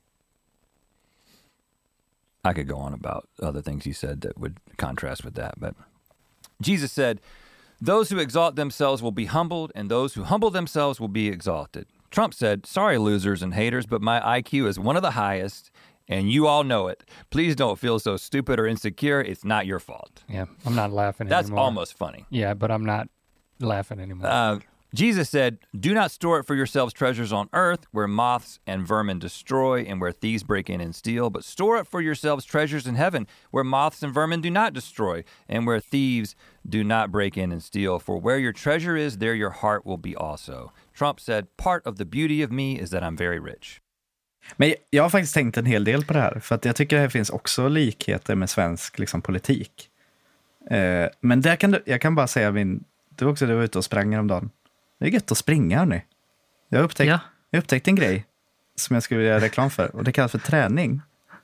I could go on about other things he said that would contrast with that, but Jesus said, those who exalt themselves will be humbled, and those who humble themselves will be exalted. Trump said, sorry, losers and haters, but my IQ is one of the highest, and you all know it. Please don't feel so stupid or insecure. It's not your fault. Yeah, I'm not laughing anymore. That's almost funny. Yeah, but I'm not laughing anymore. Jesus said, do not store it for yourselves treasures on earth where moths and vermin destroy and where thieves break in and steal, but store it for yourselves treasures in heaven where moths and vermin do not destroy and where thieves do not break in and steal. For where your treasure is, there your heart will be also. Trump said, part of the beauty of me is that I'm very rich. Men jag har faktiskt tänkt en hel del på det här, för att jag tycker det här finns också likheter med svensk liksom, politik. Men där jag kan bara säga det var också det var ute och sprang häromdagen. Det är gött att springa, hörni. Jag har upptäckt en grej som jag skulle vilja göra reklam för, och det kallas för träning.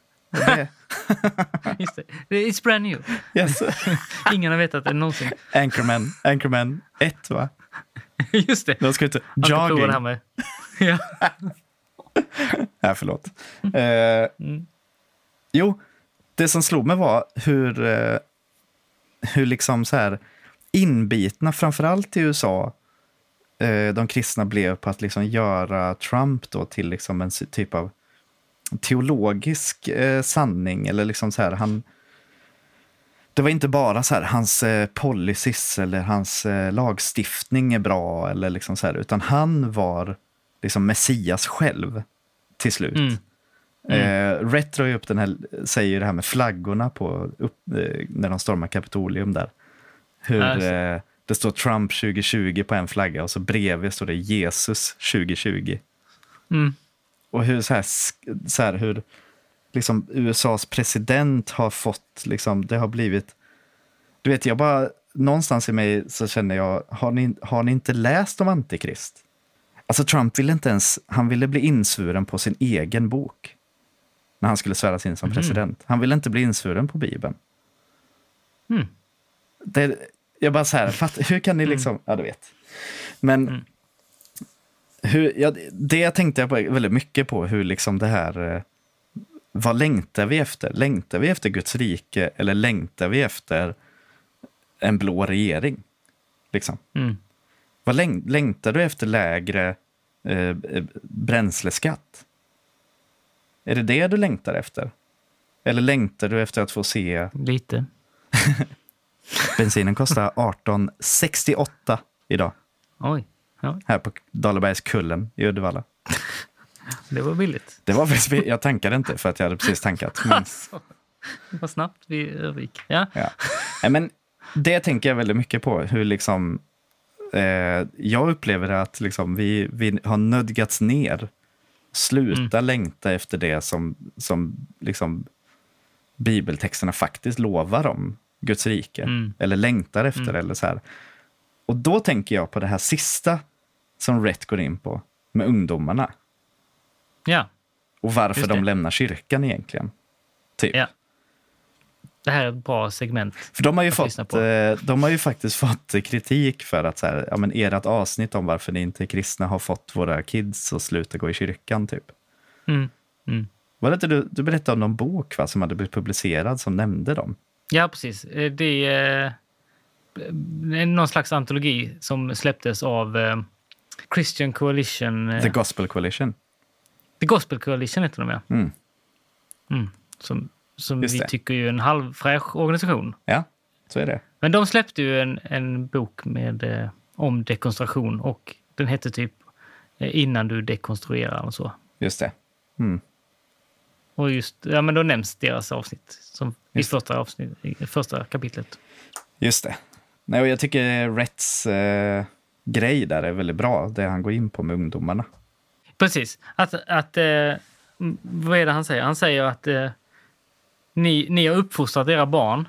Just det. It's brand new. Yes. Ingen har vetat det någonsin. Anchorman 1, va? Just det. De ska ut jogging. Det här med. Ja. Nej, förlåt. Jo, det som slog mig var hur liksom så här inbitna, framförallt i USA, de kristna blev på att liksom göra Trump då till liksom en typ av teologisk sanning, eller liksom så här, det var inte bara så här hans policies eller hans lagstiftning är bra eller liksom så här, utan han var liksom Messias själv till slut. Rhett drar ju upp den här, säger ju det här med flaggorna när de stormar Kapitolium där. Hur det står Trump 2020 på en flagga och så bredvid står det Jesus 2020. Och hur så här hur liksom USAs president har fått liksom, det har blivit, du vet, jag bara någonstans i mig så känner jag, har ni inte läst om Antikrist? Alltså Trump ville inte ens, han ville bli insvuren på sin egen bok när han skulle sväras in som president. Han ville inte bli insvuren på Bibeln. Jag bara så här, hur kan ni liksom, ja du vet. Men det tänkte jag på väldigt mycket på, hur liksom det här, vad längtar vi efter? Längtar vi efter Guds rike eller längtar vi efter en blå regering? Liksom. Vad längtar du efter lägre bränsleskatt? Är det du längtar efter? Eller längtar du efter att få se... Lite. Bensinen kostar 18,68 idag. Oj. Här på Dalabergskullen i Uddevalla. Det var billigt. Det var jag tankade inte för att jag hade precis tankat. Men... Alltså, vad snabbt vi övergick. Ja. Men det tänker jag väldigt mycket på. Hur liksom... jag upplever att liksom vi har nödgats ner. Sluta längta efter det som liksom bibeltexterna faktiskt lovar om Guds rike. Eller längtar efter eller så här. Och då tänker jag på det här sista som Rhett går in på med ungdomarna. Ja. Och varför de lämnar kyrkan egentligen. Typ. Ja. Det här är ett bra segment. För de har ju faktiskt fått kritik för att så här, ja, men ert avsnitt om varför ni inte är kristna har fått våra kids att sluta gå i kyrkan typ. Var det inte du berättade om någon bok, va, som hade blivit publicerad som nämnde dem? Ja, precis. Det är någon slags antologi som släpptes av Christian Coalition. The Gospel Coalition. The Gospel Coalition heter de, ja. Som vi tycker är en halvfräsch organisation. Ja. Så är det. Men de släppte ju en bok med om dekonstruktion och den hette typ Innan du dekonstruerar och så. Just det. Och men då nämns deras avsnitt som i första kapitlet. Just det. Nej, och jag tycker Rhetts grej där är väldigt bra, det han går in på med ungdomarna. Precis. Att vad är det han säger? Han säger att ni har uppfostrat era barn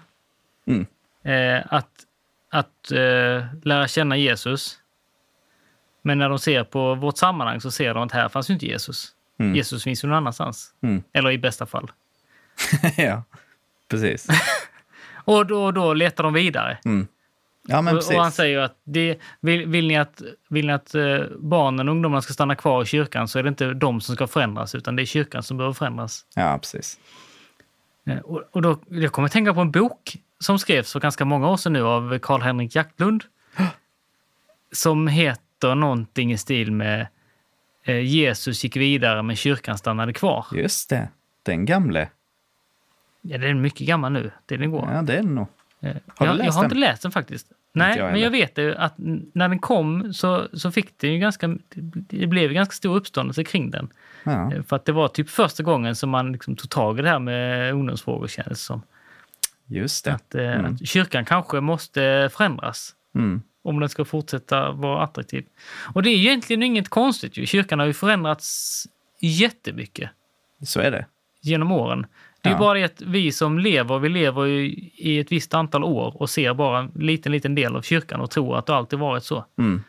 att lära känna Jesus. Men när de ser på vårt sammanhang så ser de att här fanns ju inte Jesus. Jesus finns ju någon annanstans. Eller i bästa fall. Ja, precis. Och då letar de vidare. Ja, men precis. Och han säger att vill ni att barnen och ungdomarna ska stanna kvar i kyrkan så är det inte de som ska förändras utan det är kyrkan som behöver förändras. Ja, precis. Och då jag kommer att tänka på en bok som skrevs för ganska många år sedan nu av Karl-Henrik Jaktlund som heter någonting i stil med Jesus gick vidare men kyrkan stannade kvar. Just det, den gamle. Ja, den är mycket gammal nu. Det är den går. Ja, det är den nog. Jag har inte läst den faktiskt. Nej, men jag vet ju att när den kom så fick det ju det blev ganska stor uppståndelse kring den. Ja. För att det var typ första gången som man liksom tog tag i det här med ungdomsfrågor kändes som. Just det. Att kyrkan kanske måste förändras om den ska fortsätta vara attraktiv. Och det är egentligen inget konstigt ju. Kyrkan har ju förändrats jättemycket. Så är det. Genom åren. Det är bara det att vi som lever i ett visst antal år och ser bara en liten del av kyrkan och tror att det alltid varit så.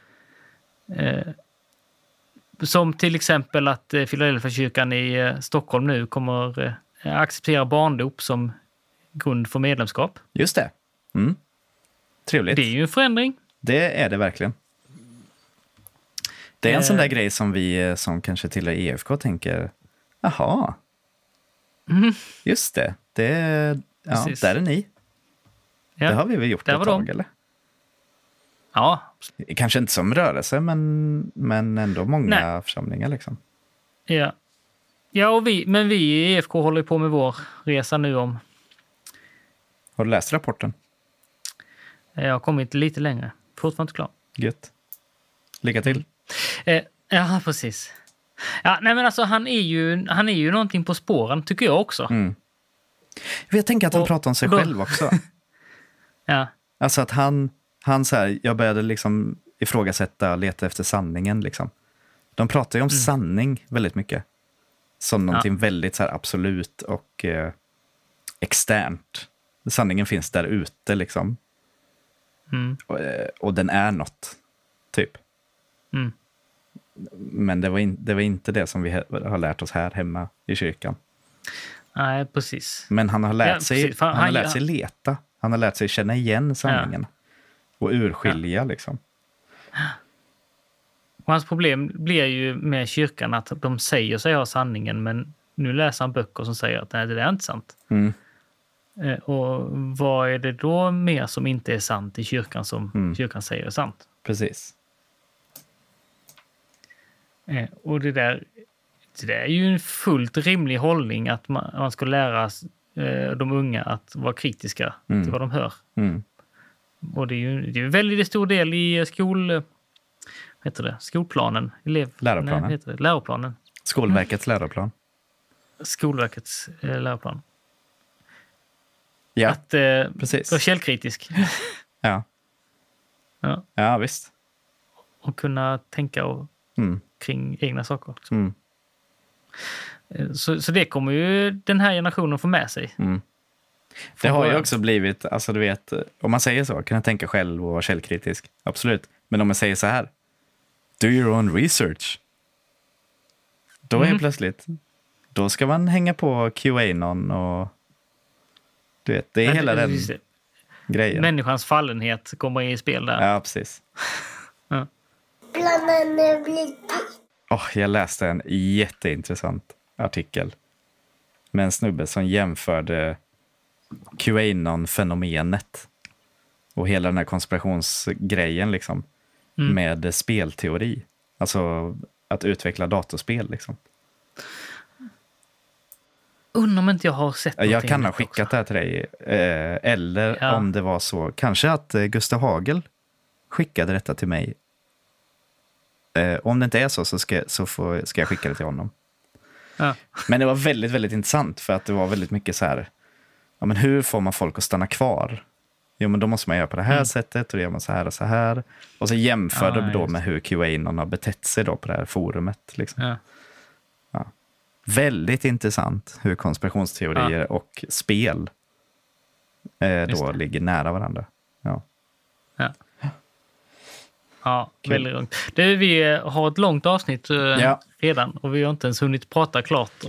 Som till exempel att Philadelphia-kyrkan i Stockholm nu kommer acceptera barndop som grund för medlemskap. Just det. Trevligt. Det är ju en förändring. Det är det verkligen. Det är en sån där grej som vi som kanske tillhör EFK tänker, jaha. Just det. Där är ni. Ja. Det har vi väl gjort ett tag, eller? Ja. Kanske inte som rörelse, men ändå många församlingar liksom. Ja. Ja, men vi i EFK håller på med vår resa nu om... Har du läst rapporten? Jag har kommit lite längre. Fortfarande inte klar. Gött. Lycka till. Ja, precis. Ja, nej men alltså han är ju någonting på spåren tycker jag också. Jag tänker att han pratar om sig själv också. Ja. Alltså att han så här, jag började liksom ifrågasätta och leta efter sanningen liksom. De pratar ju om sanning väldigt mycket. Som någonting väldigt så här absolut och externt. Sanningen finns där ute liksom. Och den är något, typ. Men det var inte det som vi har lärt oss här hemma i kyrkan. Nej, precis. Men han har lärt sig, han har lärt sig leta. Han har lärt sig känna igen sanningen. Och urskilja liksom. Och hans problem blir ju med kyrkan att de säger sig ha sanningen, men nu läser han böcker som säger att nej, det är inte sant. Och vad är det då mer som inte är sant i kyrkan som kyrkan säger är sant? Precis. Och det där är ju en fullt rimlig hållning att man ska lära de unga att vara kritiska till vad de hör. Och det är ju en väldigt stor del i skolplanen. Läroplanen. Skolverkets läroplan. Skolverkets läroplan. Ja, att precis. vara källkritisk. Ja, visst. Och kunna tänka kring egna saker. Liksom. Så det kommer ju den här generationen få med sig. Det har ju också blivit, alltså du vet, om man säger så, kan jag tänka själv och vara källkritisk. Absolut. Men om man säger så här, do your own research. Då är plötsligt, då ska man hänga på QAnon och du vet, det är hela den grejen. Människans fallenhet kommer i spel där. Ja, precis. Jag läste en jätteintressant artikel med en snubbe som jämförde QAnon-fenomenet och hela den här konspirationsgrejen liksom med spelteori. Alltså att utveckla datorspel liksom. undrar om inte jag har sett Jag kan ha skickat det här till dig. Eller om det var så. Kanske att Gustav Hagel skickade detta till mig. Om det inte är så ska jag skicka det till honom. Ja. Men det var väldigt, väldigt intressant. För att det var väldigt mycket så här. Ja, men hur får man folk att stanna kvar? Jo, men då måste man göra på det här sättet. Och det gör man så här och så här. Och så jämför det då med hur QAnon har betett sig då på det här forumet. Liksom. Ja. Ja. Väldigt intressant hur konspirationsteorier och spel då ligger nära varandra. Ja. Ja, väldigt långt. Vi har ett långt avsnitt redan och vi har inte ens hunnit prata klart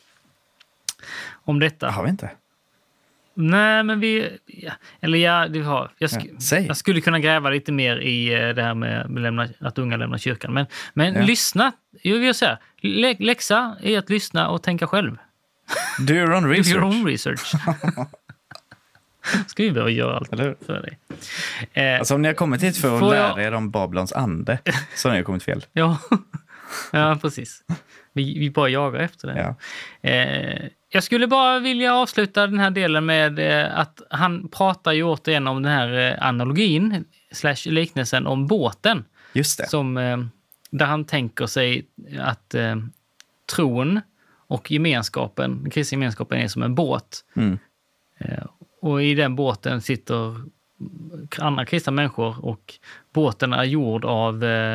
om detta. Har vi inte? Nej, men vi har. Jag skulle kunna gräva lite mer i det här med att unga lämnar kyrkan. Men lyssna, jag vill säga, läxa är att lyssna och tänka själv. Do your own research. Do your own research. Ska vi behöva göra allt för dig. Alltså om ni har kommit hit för att lära er om Babylons ande så har ni kommit fel. Ja, precis. Vi bara jagar efter det. Ja. Jag skulle bara vilja avsluta den här delen med att han pratar ju återigen om den här analogin / liknelsen om båten. Just det. Där han tänker sig att tron och gemenskapen, den kristna gemenskapen är som en båt. Mm. Och i den båten sitter andra kristna människor och båten är gjord av...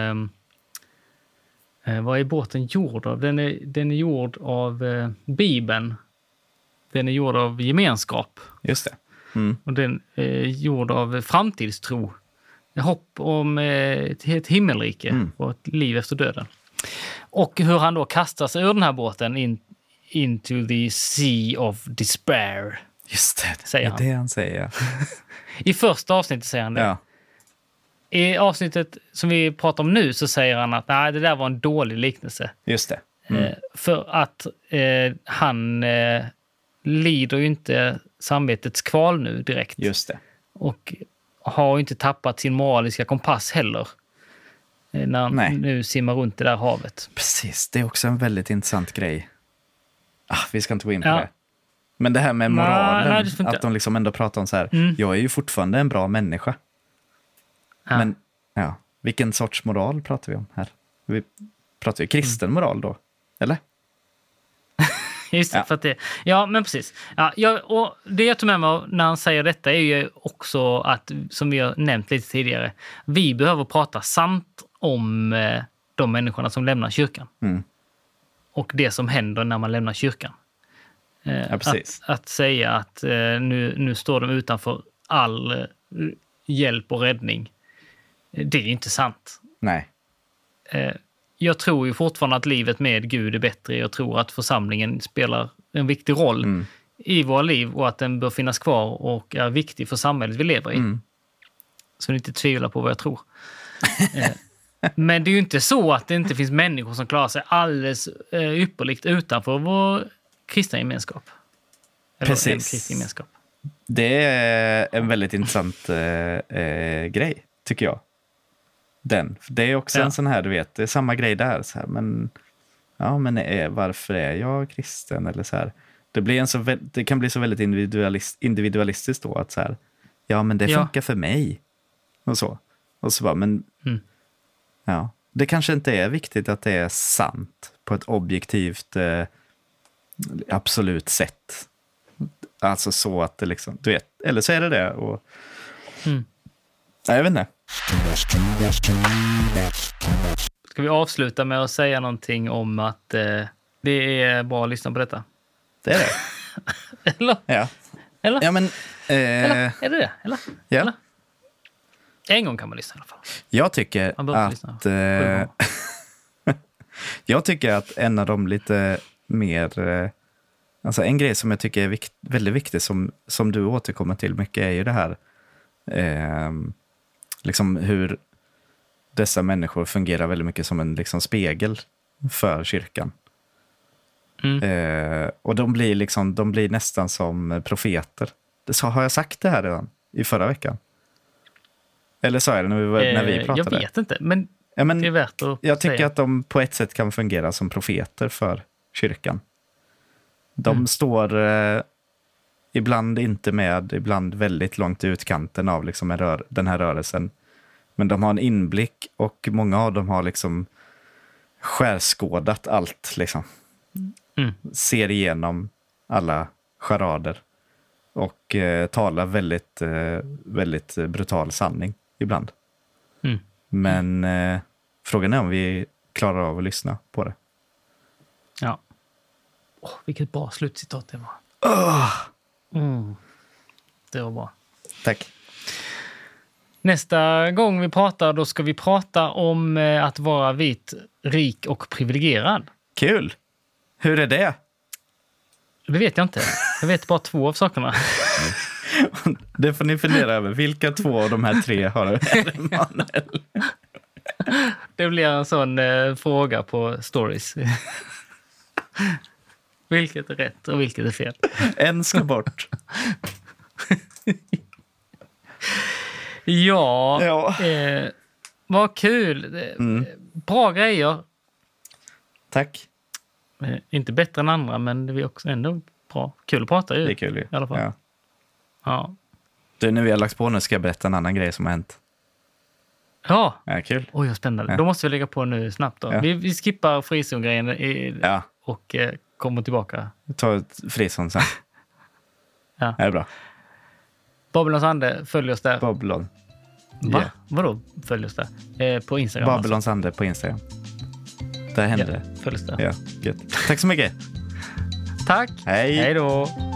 vad är båten gjord av? Den är gjord av Bibeln. Den är gjord av gemenskap. Just det. Mm. Och den är gjord av framtidstro. Hopp om ett himmelrike och ett liv efter döden. Och hur han då kastar sig ur den här båten into the sea of despair. Just det, säger det är det han säger. I första avsnittet säger han det. Ja. I avsnittet som vi pratar om nu så säger han att nej, det där var en dålig liknelse. Just det. För att han lider ju inte samvetets kval nu direkt. Just det. Och har ju inte tappat sin moraliska kompass heller. När han nu simmar runt det där havet. Precis, det är också en väldigt intressant grej. Vi ska inte gå in på det. Men det här med moralen, att de liksom ändå pratar om så här, jag är ju fortfarande en bra människa. Ja. Men vilken sorts moral pratar vi om här? Vi pratar ju kristen moral då, eller? Just det, för att men precis. Och det jag tar med mig när han säger detta är ju också att, som vi har nämnt lite tidigare, vi behöver prata sant om de människorna som lämnar kyrkan. Och det som händer när man lämnar kyrkan. Att säga att nu står de utanför all hjälp och räddning. Det är inte sant. Nej. Jag tror ju fortfarande att livet med Gud är bättre. Jag tror att församlingen spelar en viktig roll i våra liv och att den bör finnas kvar och är viktig för samhället vi lever i. Så ni inte tvivlar på vad jag tror. Men det är ju inte så att det inte finns människor som klarar sig alldeles ypperligt utanför vår kristna gemenskap. Eller precis. En kristna gemenskap. Det är en väldigt intressant grej, tycker jag. Det är också en sån här, du vet, det är samma grej där. Så här, men varför är jag kristen? Eller så här. Det kan bli så väldigt individualistiskt då. Att så här, men det funkar för mig. Och så bara, men det kanske inte är viktigt att det är sant på ett objektivt absolut sätt. Alltså så att det liksom, du vet, eller så är det och jag vet inte. Ska vi avsluta med att säga någonting om att det är bra att lyssna på detta? Det är det. Eller? Ja. Eller? Ja, men, eller? Är det? Eller? Ja. Eller? En gång kan man lyssna i alla fall. Jag tycker jag tycker att en av de lite mer alltså en grej som jag tycker är väldigt viktig som du återkommer till mycket är ju det här liksom hur dessa människor fungerar väldigt mycket som en liksom spegel för kyrkan. Och de blir nästan som profeter. Har jag sagt det här redan i förra veckan? Eller sa jag det när vi pratade? Jag vet inte, men det är värt att jag tycker säga. Att de på ett sätt kan fungera som profeter för kyrkan. De står ibland inte med, ibland väldigt långt i utkanten av liksom den här rörelsen. Men de har en inblick och många av dem har liksom skärskådat allt. Liksom. Ser igenom alla charader och talar väldigt, väldigt brutal sanning ibland. Men frågan är om vi klarar av att lyssna på det. Ja. Vilket bra slutcitat det var. Det var bra. Tack. Nästa gång vi pratar, då ska vi prata om att vara vit, rik och privilegierad. Kul! Hur är det? Det vet jag inte. Jag vet bara 2 av sakerna. Det får ni fundera över. Vilka 2 av de här 3 har Emanuel? Det blir en sån fråga på stories. Vilket är rätt och vilket är fel? En ska bort. Ja. Vad kul. Bra grejer. Tack. Inte bättre än andra, men det är också ändå bra. Kul att prata ju. Det är kul ju. I alla fall. Ja. Du, när vi har lagt på nu ska jag berätta en annan grej som har hänt. Ja. Kul. Oj, vad spännande. Ja. Då måste vi lägga på nu snabbt då. Ja. Vi skippar frizon-grejen och kommer tillbaka. Vi tar ett frison sen. Ja. Det är bra. Babylons ande, följ oss där. Babylon. Va? Yeah. Vadå följ oss där? På Instagram. Babylons ande på Instagram. Där händer det. Följ oss där. Ja, gött. Tack så mycket. Tack. Hej. Hej då.